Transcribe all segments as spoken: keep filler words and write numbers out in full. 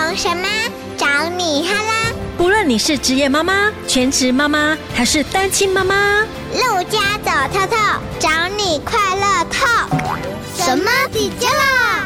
懂什么？找你哈啦！ 不论你是职业妈妈、全职妈妈还是单亲妈妈， 陆家走透透，找你快乐透。什么底加啦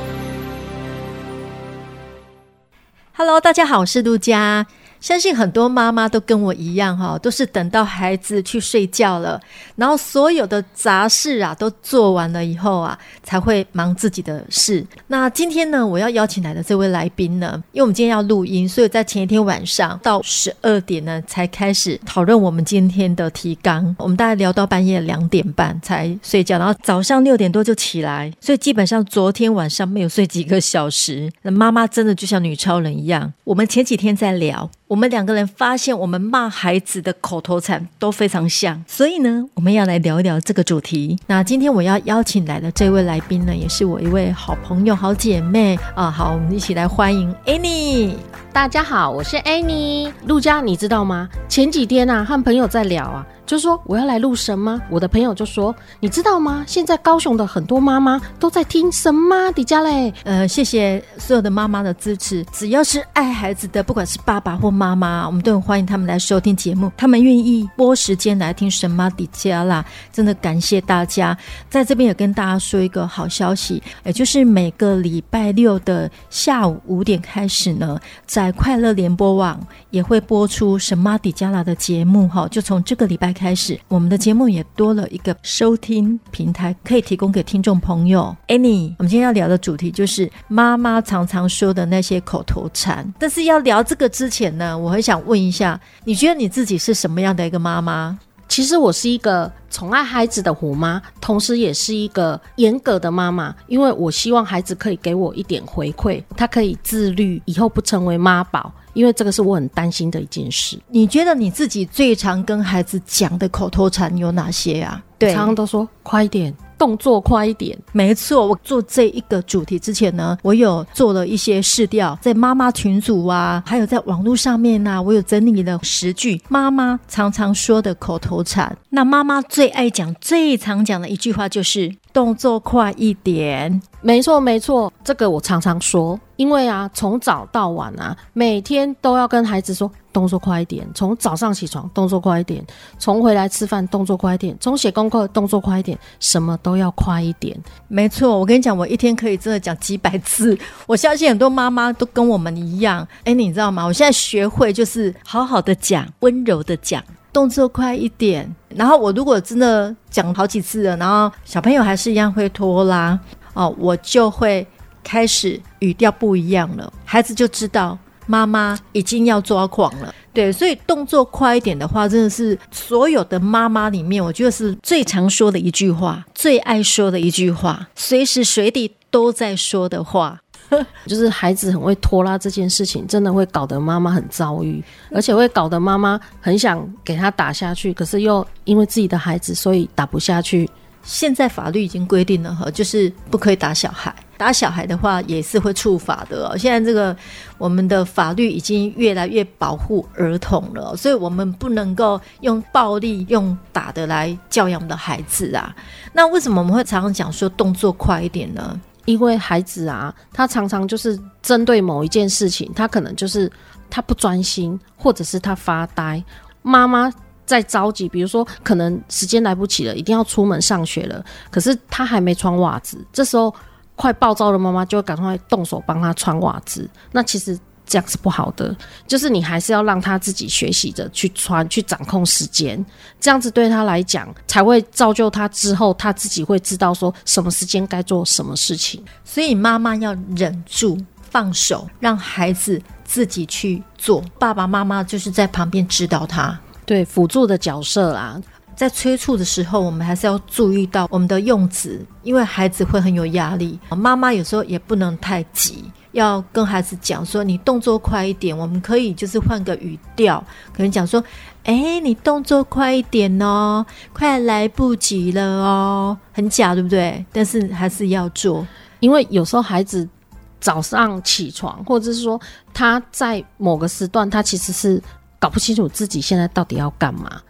Hello， 大家好，我是陆家。相信很多妈妈都跟我一样哈，都是等到孩子去睡觉了，然后所有的杂事啊都做完了以后啊，才会忙自己的事。那今天呢，我要邀请来的这位来宾呢，因为我们今天要录音，所以在前一天晚上到十二点呢才开始讨论我们今天的提纲。我们大概聊到半夜两点半才睡觉，然后早上六点多就起来，所以基本上昨天晚上没有睡几个小时。那妈妈真的就像女超人一样。我们前几天在聊，我们两个人发现我们骂孩子的口头禅都非常像，所以呢我们要来聊一聊这个主题。那今天我要邀请来的这位来宾呢，也是我一位好朋友好姐妹啊。好，我们一起来欢迎 Annie。 大家好，我是 Annie。 陆家你知道吗？前几天啊和朋友在聊啊，就说我要来录神妈，我的朋友就说你知道吗，现在高雄的很多妈妈都在听神妈底加嘞。 呃，谢谢所有的妈妈的支持，只要是爱孩子的，不管是爸爸或妈妈，我们都很欢迎他们来收听节目，他们愿意拨时间来听神妈底加啦，真的感谢大家。在这边也跟大家说一个好消息，也就是每个礼拜六的下午五点开始呢，在快乐联播网也会播出神妈底加啦的节目，就从这个礼拜开始，我们的节目也多了一个收听平台，可以提供给听众朋友。 Annie， 我们今天要聊的主题就是妈妈常常说的那些口头禅。但是要聊这个之前呢，我很想问一下，你觉得你自己是什么样的一个妈妈？ 其实我是一个宠爱孩子的虎妈，同时也是一个严格的妈妈，因为我希望孩子可以给我一点回馈，他可以自律，以后不成为妈宝，因为这个是我很担心的一件事。 你觉得你自己最常跟孩子讲的口头禅有哪些啊？对， 常常都说快一点，动作快一点。 没错，我做这一个主题之前呢，我有做了一些市调，在妈妈群组啊，还有在网络上面啊，我有整理了十句妈妈常常说的口头禅。那妈妈最爱讲最常讲的一句话就是动作快一点。 没错没错，这个我常常说，因为啊从早到晚啊，每天都要跟孩子说动作快一点，从早上起床动作快一点，从回来吃饭动作快一点，从写功课动作快一点，什么都要快一点。 没错，我跟你讲，我一天可以真的讲几百次，我相信很多妈妈都跟我们一样。哎，你知道吗？我现在学会就是好好的讲，温柔的讲，动作快一点。然后我如果真的讲好几次了，然后小朋友还是一样会拖拉哦，我就会开始语调不一样了，孩子就知道妈妈已经要抓狂了。对，所以动作快一点的话，真的是所有的妈妈里面，我觉得是最常说的一句话，最爱说的一句话，随时随地都在说的话。 就是孩子很会拖拉这件事情，真的会搞得妈妈很遭遇，而且会搞得妈妈很想给他打下去，可是又因为自己的孩子，所以打不下去。 现在法律已经规定了，就是不可以打小孩，打小孩的话也是会处罚的。现在这个我们的法律已经越来越保护儿童了，所以我们不能够用暴力用打的来教养我们的孩子啊。那为什么我们会常常讲说动作快一点呢？ 因为孩子啊，他常常就是针对某一件事情，他可能就是他不专心，或者是他发呆，妈妈在着急，比如说可能时间来不及了，一定要出门上学了，可是他还没穿袜子，这时候快暴躁的妈妈就会赶快动手帮他穿袜子。那其实这样是不好的，就是你还是要让他自己学习着去穿，去掌控时间，这样子对他来讲才会造就他之后他自己会知道说什么时间该做什么事情。 所以妈妈要忍住放手，让孩子自己去做，爸爸妈妈就是在旁边指导他， 对，辅助的角色啦。 在催促的时候，我们还是要注意到我们的用词，因为孩子会很有压力，妈妈有时候也不能太急，要跟孩子讲说你动作快一点，我们可以就是换个语调，可能讲说哎，你动作快一点哦，快来不及了哦，很假对不对？但是还是要做， 因为有时候孩子早上起床，或者是说他在某个时段他其实是搞不清楚自己现在到底要干嘛，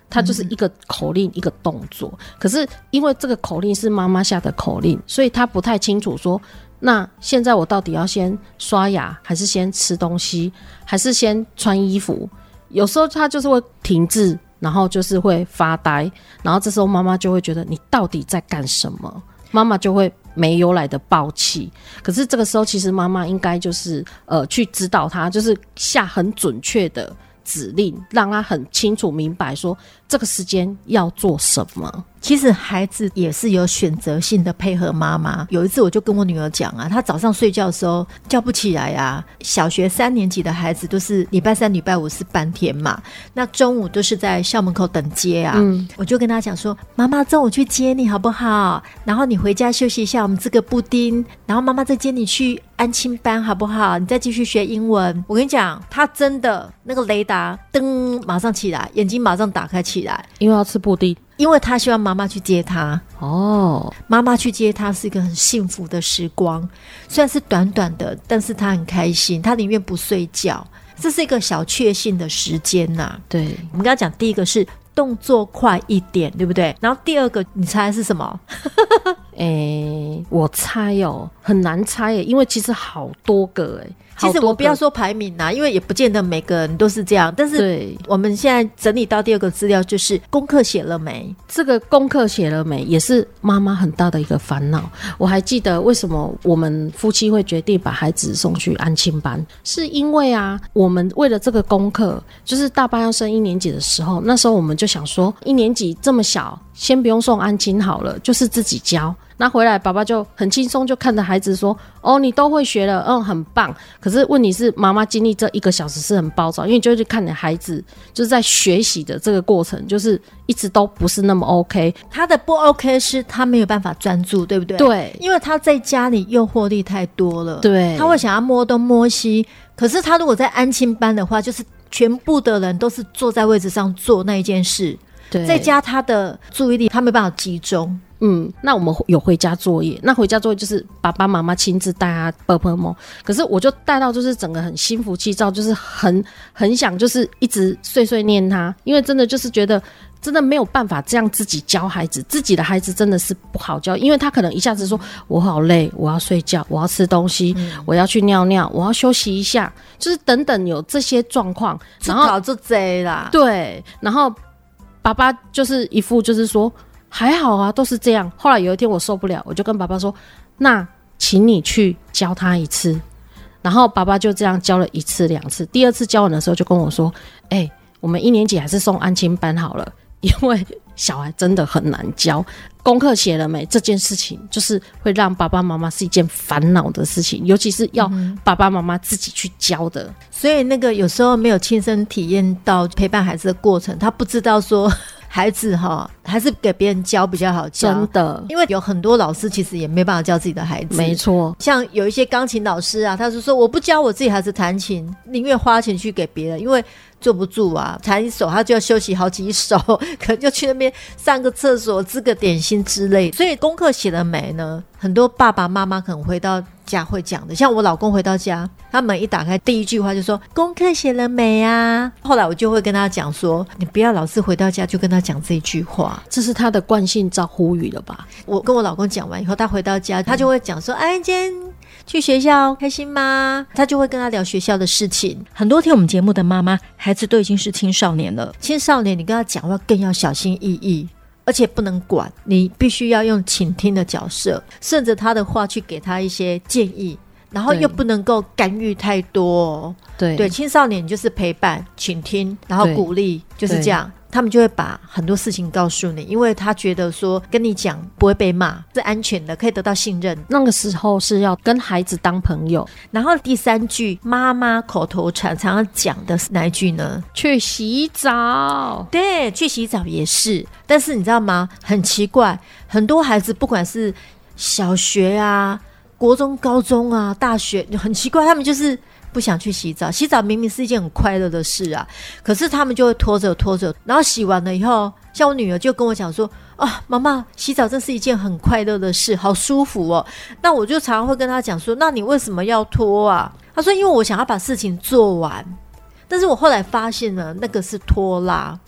它就是一个口令一个动作，可是因为这个口令是妈妈下的口令，所以他不太清楚说那现在我到底要先刷牙还是先吃东西还是先穿衣服，有时候他就是会停滞，然后就是会发呆，然后这时候妈妈就会觉得你到底在干什么，妈妈就会没由来的爆气。可是这个时候其实妈妈应该就是呃去指导他，就是下很准确的指令，让他很清楚明白说这个时间要做什么。 其实孩子也是有选择性的配合妈妈。有一次我就跟我女儿讲啊，她早上睡觉的时候叫不起来啊，小学三年级的孩子都是礼拜三礼拜五是半天嘛，那中午都是在校门口等接啊、嗯、我就跟她讲说，妈妈中午去接你好不好，然后你回家休息一下，我们吃个布丁，然后妈妈再接你去安亲班好不好，你再继续学英文。我跟你讲，她真的那个雷达噔马上起来，眼睛马上打开起来， 因为要吃布丁， 因为他希望妈妈去接他哦， 妈妈去接他是一个很幸福的时光，虽然是短短的，但是他很开心，他宁愿不睡觉，这是一个小确幸的时间呐、啊。 对， 我们刚刚讲第一个是动作快一点，对不对？然后第二个你猜是什么？ 诶，我猜哦，很难猜耶，因为其实好多个诶。 其实我不要说排名啦、啊，因为也不见得每个人都是这样。但是我们现在整理到第二个资料，就是功课写了没？ 这个功课写了没，也是妈妈很大的一个烦恼。我还记得为什么我们夫妻会决定把孩子送去安亲班，是因为啊，我们为了这个功课，就是大班要升一年级的时候，那时候我们就想说，一年级这么小，先不用送安亲好了，就是自己教。那回来爸爸就很轻松，就看着孩子说，哦，你都会学了，嗯，很棒。可是问题是妈妈经历这一个小时是很暴躁，因为你就去看你孩子就是在学习的这个过程，就是一直都不是那么 OK。 他的不 OK 是他没有办法专注，对不对？ 对， 因为他在家里诱惑力太多了， 对， 他会想要摸东摸西。可是他如果在安亲班的话，就是全部的人都是坐在位置上做那一件事， 对， 在家他的注意力他没办法集中。 嗯，那我们有回家作业，那回家作业就是爸爸妈妈亲自带他啵啵摸，可是我就带到就是整个很心浮气躁，就是很很想就是一直碎碎念他，因为真的就是觉得真的没有办法这样自己教孩子，自己的孩子真的是不好教，因为他可能一下子说我好累，我要睡觉，我要吃东西、嗯、我要去尿尿，我要休息一下，就是等等有这些状况，然后搞这贼啦， 对，然后爸爸就是一副就是说还好啊，都是这样。后来有一天我受不了，我就跟爸爸说，那请你去教他一次。然后爸爸就这样教了一次两次，第二次教完的时候就跟我说，哎、欸，我们一年级还是送安亲班好了，因为小孩真的很难教，功课写了没这件事情就是会让爸爸妈妈是一件烦恼的事情，尤其是要爸爸妈妈自己去教的、嗯、 所以那个有时候没有亲身体验到陪伴孩子的过程，他不知道说孩子哈还是给别人教比较好教， 真的， 因为有很多老师其实也没办法教自己的孩子， 没错， 像有一些钢琴老师啊，他就说我不教我自己孩子弹琴，宁愿花钱去给别人，因为坐不住啊，弹一首他就要休息好几首，可能就去那边上个厕所吃个点心之类的。所以功课写了没呢，很多爸爸妈妈可能回到家会讲的，像我老公回到家，他门一打开第一句话就说功课写了没啊，后来我就会跟他讲说，你不要老是回到家就跟他讲这一句话， 这是他的惯性招呼语了吧。 我跟我老公讲完以后，他回到家他就会讲说，哎，今天去学校开心吗？他就会跟他聊学校的事情。很多听我们节目的妈妈孩子都已经是青少年了，青少年你跟他讲话更要小心翼翼，而且不能管，你必须要用倾听的角色，顺着他的话去给他一些建议，然后又不能够干预太多、哦、对对，青少年就是陪伴倾听然后鼓励，就是这样，他们就会把很多事情告诉你，因为他觉得说跟你讲不会被骂，是安全的，可以得到信任。 那个时候是要跟孩子当朋友。 然后第三句妈妈口头禅常常讲的是哪一句呢？ 去洗澡。 对，去洗澡也是，但是你知道吗，很奇怪，很多孩子不管是小学啊国中高中啊大学，很奇怪，他们就是不想去洗澡，洗澡明明是一件很快乐的事啊，可是他们就会拖着拖着，然后洗完了以后，像我女儿就跟我讲说，啊，妈妈，洗澡真是一件很快乐的事，好舒服哦。那我就常常会跟她讲说，那你为什么要拖啊？她说因为我想要把事情做完，但是我后来发现了那个是拖拉，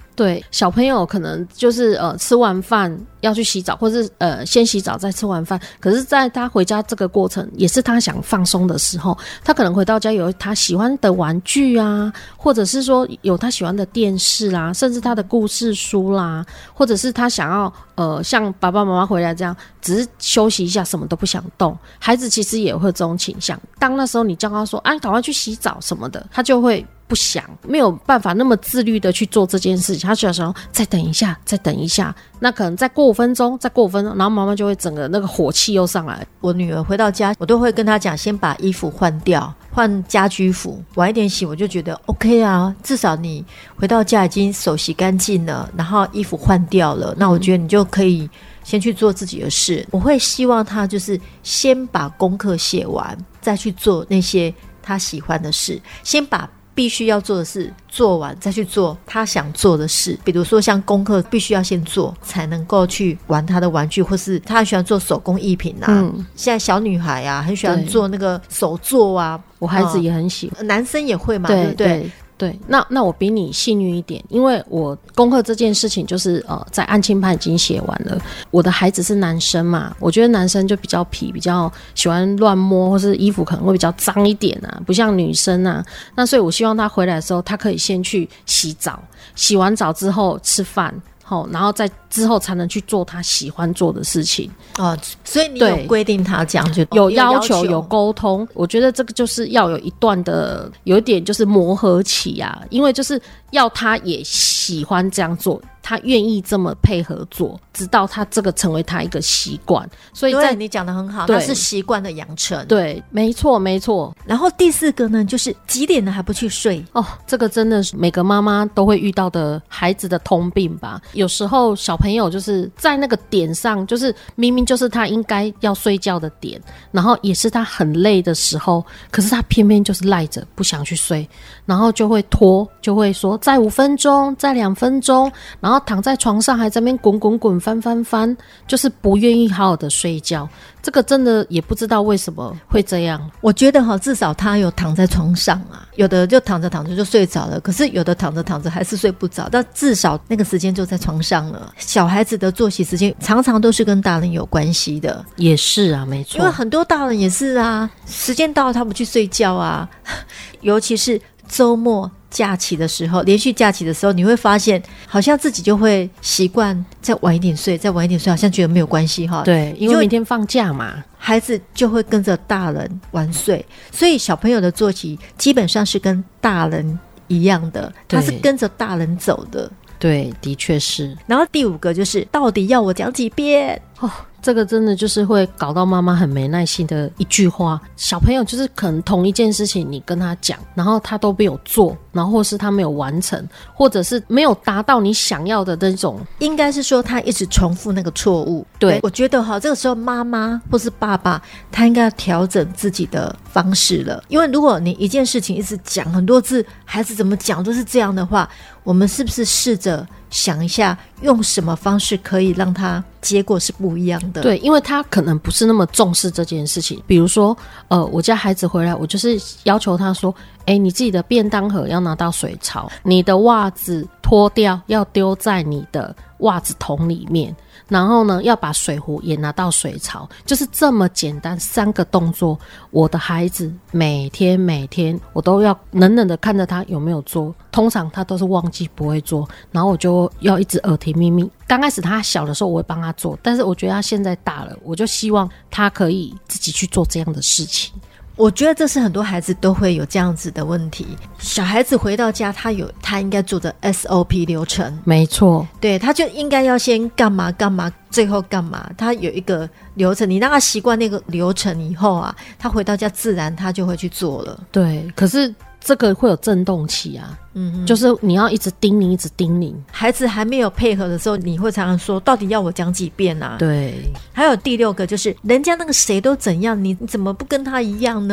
对，小朋友可能就是呃吃完饭要去洗澡，或是呃先洗澡再吃完饭，可是在他回家这个过程也是他想放松的时候，他可能回到家有他喜欢的玩具啊，或者是说有他喜欢的电视啦，甚至他的故事书啦，或者是他想要呃像爸爸妈妈回来这样只是休息一下，什么都不想动，孩子其实也会这种倾向。当那时候你叫他说啊赶快去洗澡什么的，他就会不想，没有办法那么自律的去做这件事情，他就想说再等一下再等一下，那可能再过五分钟再过五分钟，然后妈妈就会整个那个火气又上来。 我女儿回到家我都会跟她讲先把衣服换掉，换家居服，晚一点洗我就觉得 OK 啊，至少你回到家已经手洗干净了，然后衣服换掉了，那我觉得你就可以先去做自己的事。我会希望她就是先把功课写完，再去做那些她喜欢的事，先把必须要做的事做完，再去做他想做的事。比如说像功课必须要先做，才能够去玩他的玩具，或是他很喜欢做手工艺品啊、嗯、现在小女孩啊很喜欢做那个手作啊， 我孩子也很喜欢、 嗯、男生也会嘛， 对对不对？ 对对，那那我比你幸运一点，因为我功课这件事情就是呃，在安亲班已经写完了。我的孩子是男生嘛，我觉得男生就比较皮，比较喜欢乱摸，或是衣服可能会比较脏一点啊，不像女生啊。那所以我希望他回来的时候，他可以先去洗澡，洗完澡之后吃饭。哦、然后在之后才能去做他喜欢做的事情哦，所以你有规定他这样就有要求有沟通，我觉得这个就是要有一段的有一点就是磨合期啊，因为就是要他也喜欢这样做，他愿意这么配合做，直到他这个成为他一个习惯。所以在你讲得很好，那是习惯的养成。 对，没错没错。 然后第四个呢，就是几点了还不去睡哦，这个真的是每个妈妈都会遇到的孩子的通病吧。有时候小朋友就是在那个点上，就是明明就是他应该要睡觉的点，然后也是他很累的时候，可是他偏偏就是赖着不想去睡，然后就会拖，就会说再五分钟再两分钟，然后躺在床上还在那边滚滚滚翻翻翻，就是不愿意好好的睡觉。这个真的也不知道为什么会这样。 我觉得至少他有躺在床上啊，有的就躺着躺着就睡着了，可是有的躺着躺着还是睡不着，但至少那个时间就在床上了。小孩子的作息时间常常都是跟大人有关系的。 也是啊，没错， 因为很多大人也是啊，时间到了他不去睡觉啊，尤其是周末假期的时候，连续假期的时候，你会发现好像自己就会习惯再晚一点睡再晚一点睡，好像觉得没有关系哈。 对，因为明天放假嘛， 孩子就会跟着大人晚睡，所以小朋友的作息基本上是跟大人一样的，他是跟着大人走的。 对，的确是。 然后第五个就是到底要我讲几遍哦，这个真的就是会搞到妈妈很没耐心的一句话。小朋友就是可能同一件事情你跟他讲，然后他都没有做，然后或是他没有完成，或者是没有达到你想要的那种， 应该是说他一直重复那个错误。 对， 我觉得哈，这个时候妈妈或是爸爸他应该要调整自己的方式了。因为如果你一件事情一直讲很多次，孩子怎么讲都是这样的话，我们是不是试着想一下用什么方式可以让他结果是不一样的？ 对，因为他可能不是那么重视这件事情。比如说呃，我家孩子回来，我就是要求他说，哎，你自己的便当盒要拿到水槽，你的袜子脱掉要丢在你的袜子桶里面，然后呢要把水壶也拿到水槽，就是这么简单三个动作，我的孩子每天每天我都要冷冷的看着他有没有做，通常他都是忘记不会做，然后我就要一直耳提面命。刚开始他小的时候我会帮他做，但是我觉得他现在大了，我就希望他可以自己去做这样的事情。 我觉得这是很多孩子都会有这样子的问题。小孩子回到家，他有他应该做的 S O P 流程， 没错， 对，他就应该要先干嘛干嘛，最后干嘛，他有一个流程，你让他习惯那个流程以后啊，他回到家自然他就会去做了。 对，可是这个会有震动期啊，嗯，就是你要一直叮咛一直叮咛， 孩子还没有配合的时候，你会常常说到底要我讲几遍啊？ 对。 还有第六个就是人家那个谁都怎样，你你怎么不跟他一样呢？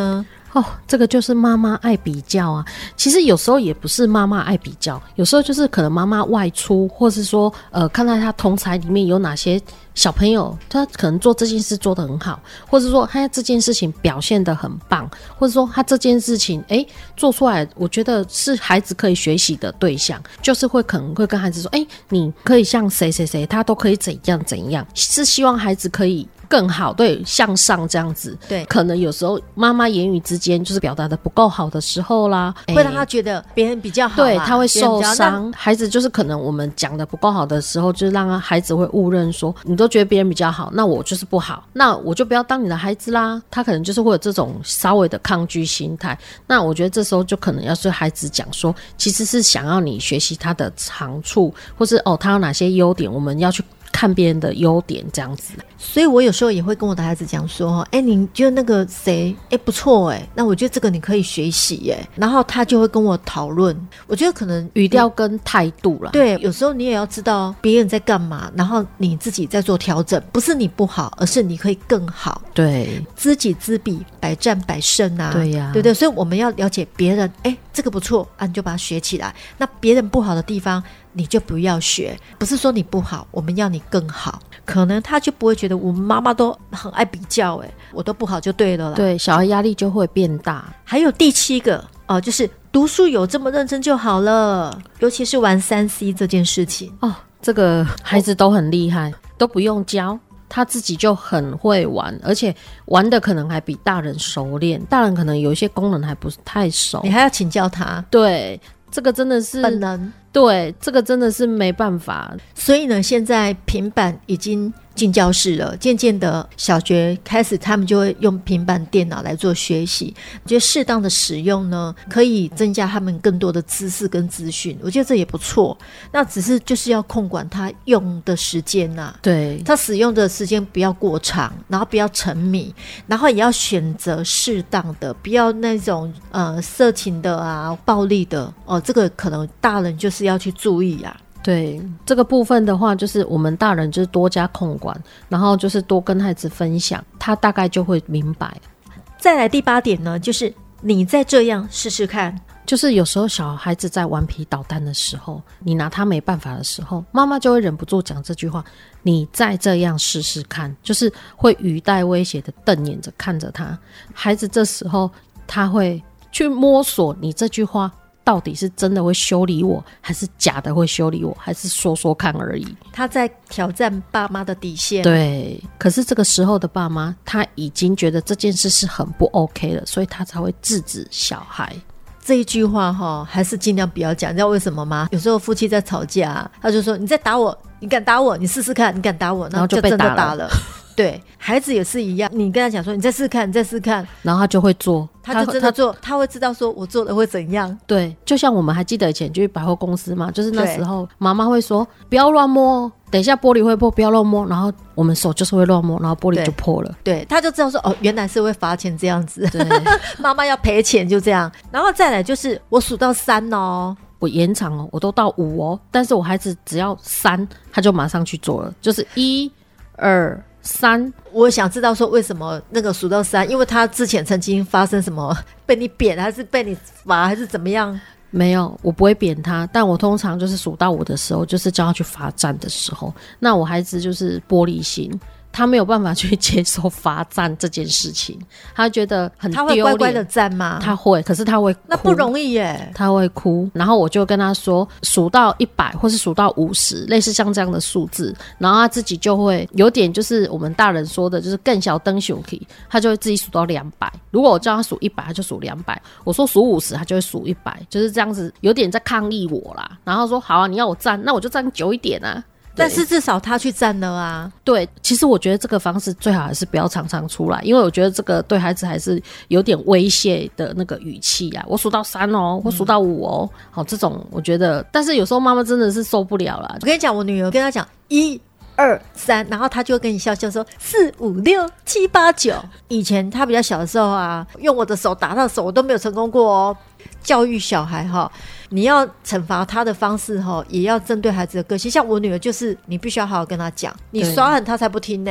哦，这个就是妈妈爱比较啊。其实有时候也不是妈妈爱比较，有时候就是可能妈妈外出，或是说呃，看到她同侪里面有哪些小朋友，他可能做这件事做得很好，或者说他这件事情表现得很棒，或者说他这件事情哎做出来，我觉得是孩子可以学习的对象，就是会可能会跟孩子说，哎，你可以像谁谁谁，他都可以怎样怎样，是希望孩子可以更好，对，向上这样子。 对， 可能有时候妈妈言语之间就是表达的不够好的时候啦， 会让他觉得别人比较好， 对，他会受伤。孩子就是可能我们讲的不够好的时候，就是让孩子会误认说，你都觉得别人比较好，那我就是不好，那我就不要当你的孩子啦。他可能就是会有这种稍微的抗拒心态。那我觉得这时候就可能要对孩子讲说，其实是想要你学习他的长处，或是哦他有哪些优点，我们要去看别人的优点这样子。 所以我有时候也会跟我的孩子讲说，哎，你觉得那个谁哎不错哎，那我觉得这个你可以学习哎，然后他就会跟我讨论。我觉得可能语调跟态度啦， 对，有时候你也要知道别人在干嘛，然后你自己在做调整，不是你不好，而是你可以更好。 对， 知己知彼，百战百胜啊。 对呀、啊， 对不对？所以我们要了解别人，哎，这个不错啊，你就把它学起来。那别人不好的地方你就不要学，不是说你不好，我们要你更好。可能他就不会觉得我们妈妈都很爱比较，哎，我都不好就对了啦。 对，小孩压力就会变大。 还有第七个哦、呃，就是读书有这么认真就好了，尤其是玩三 C 这件事情哦，这个孩子都很厉害，都不用教，他自己就很会玩，而且玩的可能还比大人熟练，大人可能有一些功能还不是太熟， 你还要请教他。 对，这个真的是本能， 对，这个真的是没办法。 所以呢，现在平板已经进教室了，渐渐的小学开始他们就会用平板电脑来做学习。我觉得适当的使用呢，可以增加他们更多的知识跟资讯，我觉得这也不错。那只是就是要控管他用的时间啊， 对， 他使用的时间不要过长，然后不要沉迷，然后也要选择适当的，不要那种呃色情的啊、暴力的哦，这个可能大人就是要去注意啊。 对，这个部分的话，就是我们大人就是多加控管，然后就是多跟孩子分享，他大概就会明白。 再来第八点呢，就是你再这样试试看。 就是有时候小孩子在顽皮捣蛋的时候，你拿他没办法的时候，妈妈就会忍不住讲这句话，你再这样试试看，就是会语带威胁的瞪眼着看着他。孩子这时候他会去摸索你这句话到底是真的会修理我，还是假的会修理我，还是说说看而已。 他在挑战爸妈的底线。 对，可是这个时候的爸妈他已经觉得这件事是很不 OK 了，所以他才会制止小孩。 这一句话哈，还是尽量不要讲。你知道为什么吗？有时候夫妻在吵架，他就说你再打我，你敢打我，你试试看，你敢打我， 然后就被打了。 真的打了。对，孩子也是一样，你跟他讲说你再试试看，你再试试看， 然后他就会做， 他就真的做， 他, 他会知道说我做了会怎样。 对，就像我们还记得以前去百货公司嘛，就是那时候妈妈会说不要乱摸，等一下玻璃会破，不要乱摸，然后我们手就是会乱摸，然后玻璃就破了。 对，他就知道说哦，原来是会罚钱这样子。对，妈妈要赔钱就这样。然后再来就是我数到三哦， 我延长哦，我都到五哦，但是我孩子只要三，他就马上去做了，就是一、二、三。 我想知道说为什么那个数到三，因为他之前曾经发生什么被你扁，还是被你罚，还是怎么样？ 没有，我不会扁他，但我通常就是数到五的时候，就是叫他去罚站的时候。那我孩子就是玻璃心，他没有办法去接受罚站这件事情，他觉得很丢脸。 他会乖乖的站吗？ 他会，可是他会哭， 那不容易耶。 他会哭，然后我就跟他说数到一百或是数到五十，类似像这样的数字，然后他自己就会有点就是我们大人说的就是更小灯熊体，他就会自己数到两百。如果我叫他数一百，他就数两百；我说数五十，他就会数一百，就是这样子，有点在抗议我啦。然后说好啊，你要我站，那我就站久一点啊。 但是至少他去站了啊。 对，其实我觉得这个方式最好还是不要常常出来，因为我觉得这个对孩子还是有点威胁的那个语气啊。我数到三哦，我数到五哦，好、嗯，这种我觉得，但是有时候妈妈真的是受不了啦。 我跟你讲，我女儿跟她讲一二三，然后她就会跟你笑笑说四五六七八九。以前她比较小的时候啊，用我的手打她的手，我都没有成功过哦。教育小孩哈，你要惩罚他的方式哈，也要针对孩子的个性。像我女儿就是，你必须要好好跟她讲，你耍狠她才不听呢、欸。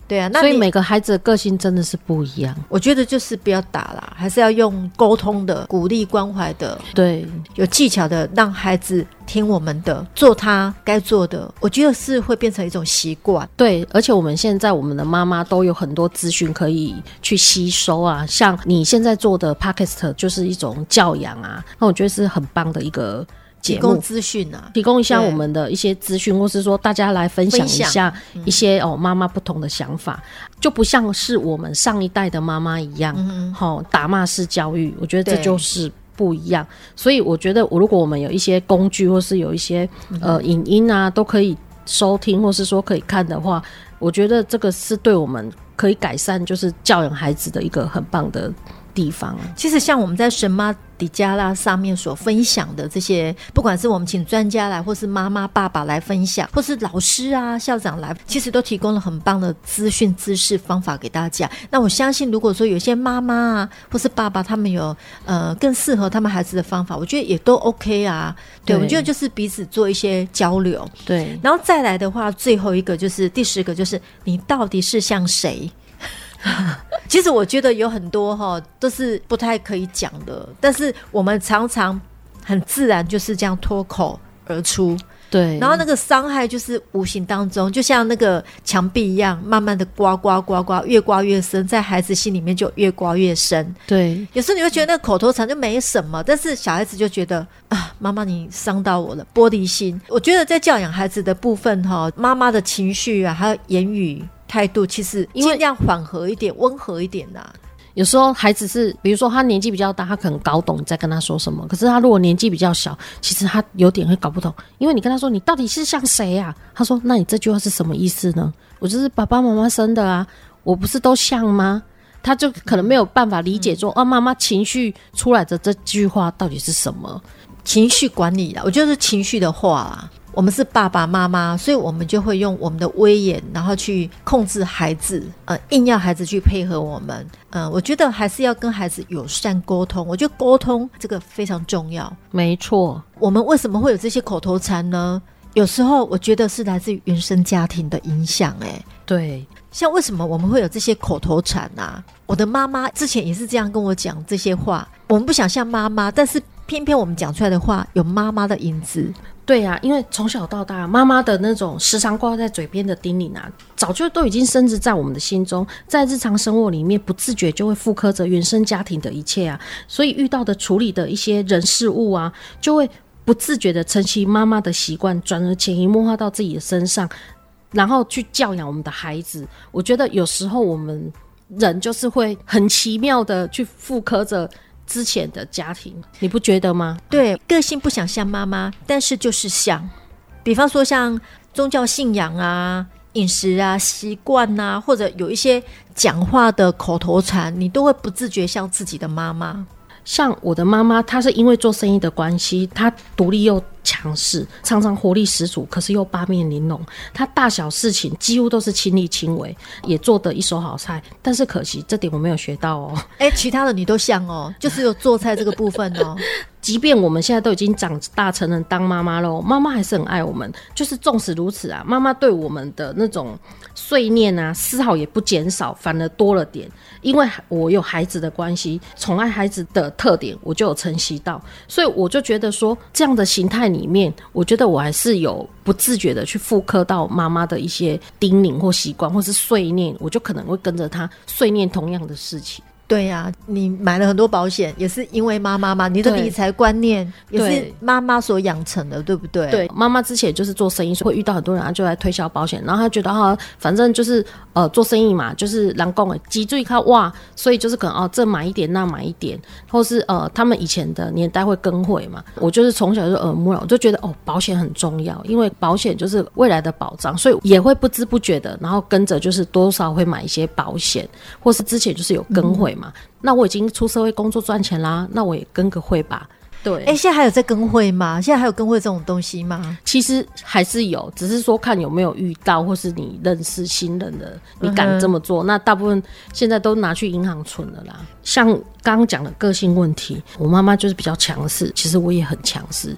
对啊，那所以每个孩子的个性真的是不一样。 我觉得就是不要打啦，还是要用沟通的、鼓励关怀的， 对， 有技巧的，让孩子听我们的，做他该做的。我觉得是会变成一种习惯。 对，而且我们现在我们的妈妈都有很多资讯可以去吸收啊，像你现在做的 Podcast 就是一种教养啊，那我觉得是很棒的一个节目， 提供资讯啊， 提供一下我们的一些资讯，或是说大家来分享一下一些、嗯、哦妈妈不同的想法，就不像是我们上一代的妈妈一样，嗯哦、打骂式教育，我觉得这就是不一样。所以我觉得，如果我们有一些工具，或是有一些呃影音啊，都可以收听，或是说可以看的话，我觉得这个是对我们可以改善，就是教养孩子的一个很棒的地方。 其实像我们在神妈底加拉上面所分享的这些，不管是我们请专家来，或是妈妈爸爸来分享，或是老师啊校长来，其实都提供了很棒的资讯知识方法给大家。那我相信如果说有些妈妈啊或是爸爸他们有呃更适合他们孩子的方法，我觉得也都 OK 啊。 对, 对我觉得就是彼此做一些交流。 对， 然后再来的话，最后一个就是第十个，就是你到底是像谁。其实我觉得有很多齁都是不太可以讲的，但是我们常常很自然就是这样脱口而出。 对， 然后那个伤害就是无形当中就像那个墙壁一样，慢慢的刮刮刮刮，越刮越深，在孩子心里面就越刮越深。 对， 有时候你会觉得那个口头禅就没什么，但是小孩子就觉得啊，妈妈你伤到我了，玻璃心。我觉得在教养孩子的部分齁，妈妈的情绪啊还有言语态度其实尽量缓和一点，温和一点啊。 有时候孩子是比如说他年纪比较大，他可能搞懂你在跟他说什么，可是他如果年纪比较小，其实他有点会搞不懂，因为你跟他说你到底是像谁啊，他说那你这句话是什么意思呢？我就是爸爸妈妈生的啊，我不是都像吗？他就可能没有办法理解说、嗯、啊妈妈情绪出来的这句话到底是什么。 情绪管理啦，我觉得是情绪的话啦，我们是爸爸妈妈，所以我们就会用我们的威严然后去控制孩子，呃，硬要孩子去配合我们。呃，我觉得还是要跟孩子友善沟通，我觉得沟通这个非常重要。 没错， 我们为什么会有这些口头禅呢？有时候我觉得是来自于原生家庭的影响。欸， 对， 像为什么我们会有这些口头禅啊？我的妈妈之前也是这样跟我讲这些话，我们不想像妈妈，但是偏偏我们讲出来的话有妈妈的影子。 对啊，因为从小到大妈妈的那种时常挂在嘴边的叮咛啊，早就都已经深植在我们的心中，在日常生活里面不自觉就会复刻着原生家庭的一切啊，所以遇到的处理的一些人事物啊，就会不自觉的承袭妈妈的习惯，转而潜移默化到自己的身上，然后去教养我们的孩子。我觉得有时候我们人就是会很奇妙的去复刻着之前的家庭，你不觉得吗？ 对，个性不想像妈妈，但是就是像，比方说像宗教信仰啊、饮食啊、习惯啊，或者有一些讲话的口头禅，你都会不自觉像自己的妈妈。 像我的妈妈，她是因为做生意的关系，她独立又强势，常常活力十足，可是又八面玲珑。她大小事情几乎都是亲力亲为，也做得一手好菜。但是可惜这点我没有学到哦。 哎，其他的你都像哦，就是有做菜这个部分哦。 即便我们现在都已经长大成人当妈妈了，妈妈还是很爱我们。就是纵使如此啊，妈妈对我们的那种碎念啊，丝毫也不减少，反而多了点。因为我有孩子的关系，宠爱孩子的特点我就有承袭到，所以我就觉得说，这样的形态里面，我觉得我还是有不自觉的去复刻到妈妈的一些叮咛或习惯或是碎念，我就可能会跟着她碎念同样的事情。 对啊，你买了很多保险也是因为妈妈嘛，你的理财观念也是妈妈所养成的，对不对？ 对，妈妈之前就是做生意，所以会遇到很多人就来推销保险，然后他觉得啊，反正就是呃做生意嘛，就是人讲的脊椎靠哇，所以就是可能哦这买一点那买一点，或是呃他们以前的年代会跟会嘛，我就是从小就耳濡目染，我就觉得哦保险很重要，因为保险就是未来的保障，所以也会不知不觉的，然后跟着就是多少会买一些保险，或是之前就是有跟会嘛。嗯，那我已经出社会工作赚钱啦，那我也跟个会吧。对，哎， 现在还有在跟会吗？现在还有跟会这种东西吗？ 其实还是有，只是说看有没有遇到，或是你认识新人的，你敢这么做。嗯，那大部分现在都拿去银行存了啦。像刚刚讲的个性问题，我妈妈就是比较强势，其实我也很强势。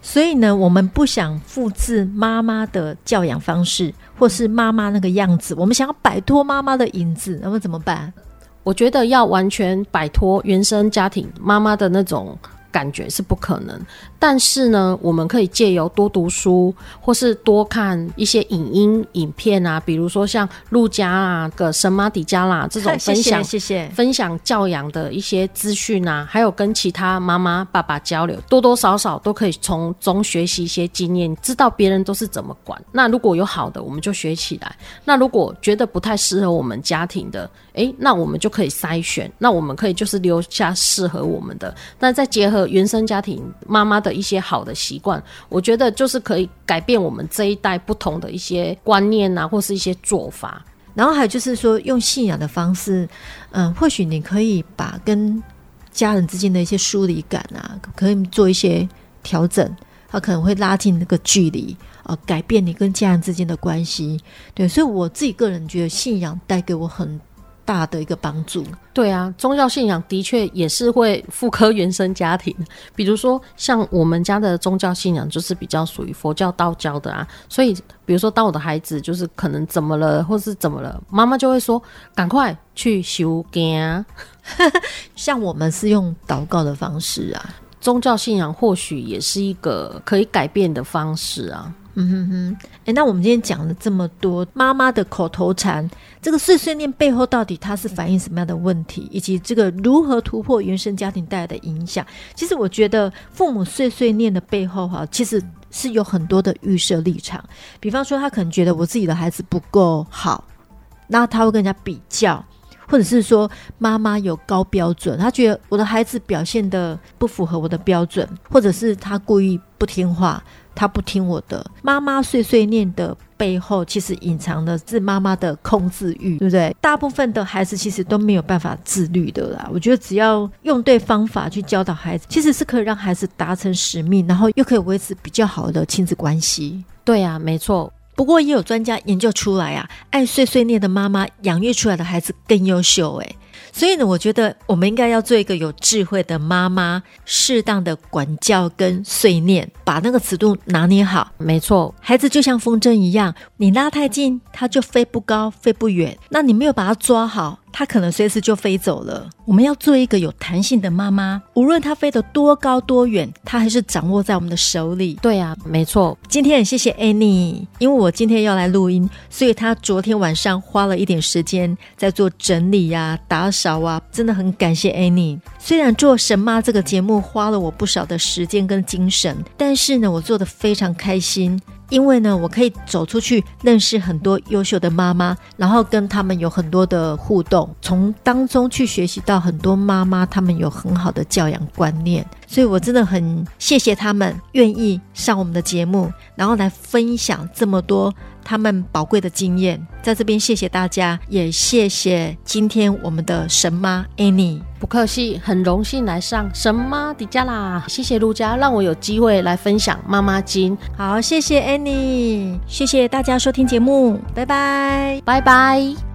所以呢，我们不想复制妈妈的教养方式，或是妈妈那个样子，我们想要摆脱妈妈的影子，那么怎么办？ 我觉得要完全摆脱原生家庭妈妈的那种感觉是不可能，但是呢，我们可以借由多读书，或是多看一些影音影片啊，比如说像陆家啊、个神马底加啦这种分享谢谢分享教养的一些资讯啊，还有跟其他妈妈爸爸交流，多多少少都可以从中学习一些经验，知道别人都是怎么管。那如果有好的，我们就学起来；那如果觉得不太适合我们家庭的，诶，那我们就可以筛选，那我们可以就是留下适合我们的。那再结合原生家庭妈妈的一些好的习惯，我觉得就是可以改变我们这一代不同的一些观念啊，或是一些做法。 然后还有就是说，用信仰的方式，嗯，或许你可以把跟家人之间的一些疏离感啊，可以做一些调整，它可能会拉近那个距离，呃，改变你跟家人之间的关系。对，所以我自己个人觉得信仰带给我很大的一个帮助。 对啊，宗教信仰的确也是会复刻原生家庭，比如说像我们家的宗教信仰就是比较属于佛教道教的啊，所以比如说当我的孩子就是可能怎么了或是怎么了，妈妈就会说赶快去收惊像我们是用祷告的方式啊， 宗教信仰或许也是一个可以改变的方式啊。 嗯哼哼，哎，那我们今天讲了这么多妈妈的口头禅，这个碎碎念背后到底它是反映什么样的问题，以及这个如何突破原生家庭带来的影响？其实我觉得父母碎碎念的背后哈，其实是有很多的预设立场。比方说，他可能觉得我自己的孩子不够好，那他会跟人家比较。或者是说妈妈有高标准，他觉得我的孩子表现得不符合我的标准，或者是他故意不听话，他不听我的。妈妈碎碎念的背后其实隐藏的是妈妈的控制欲，对不对？大部分的孩子其实都没有办法自律的啦。我觉得只要用对方法去教导孩子，其实是可以让孩子达成使命，然后又可以维持比较好的亲子关系。 对啊，没错。 不过也有专家研究出来啊，爱碎碎念的妈妈养育出来的孩子更优秀诶。所以呢，我觉得我们应该要做一个有智慧的妈妈，适当的管教跟碎念，把那个尺度拿捏好。 没错， 孩子就像风筝一样，你拉太近，他就飞不高，飞不远。那你没有把他抓好，他可能随时就飞走了。我们要做一个有弹性的妈妈，无论他飞得多高多远，他还是掌握在我们的手里。 对啊，没错。 今天很谢谢 Annie， 因为我今天要来录音，所以他昨天晚上花了一点时间在做整理啊、打扫啊，真的很感谢 Annie。虽然做神妈这个节目花了我不少的时间跟精神，但是呢，我做得非常开心。因为呢，我可以走出去认识很多优秀的妈妈，然后跟他们有很多的互动，从当中去学习到很多妈妈他们有很好的教养观念，所以我真的很谢谢他们愿意上我们的节目，然后来分享这么多他们宝贵的经验。在这边谢谢大家，也谢谢今天我们的神妈 Annie。 不客气，很荣幸来上神妈底加啦，谢谢陆家让我有机会来分享妈妈经。 好，谢谢 Annie， 谢谢大家收听节目，拜拜， 拜拜。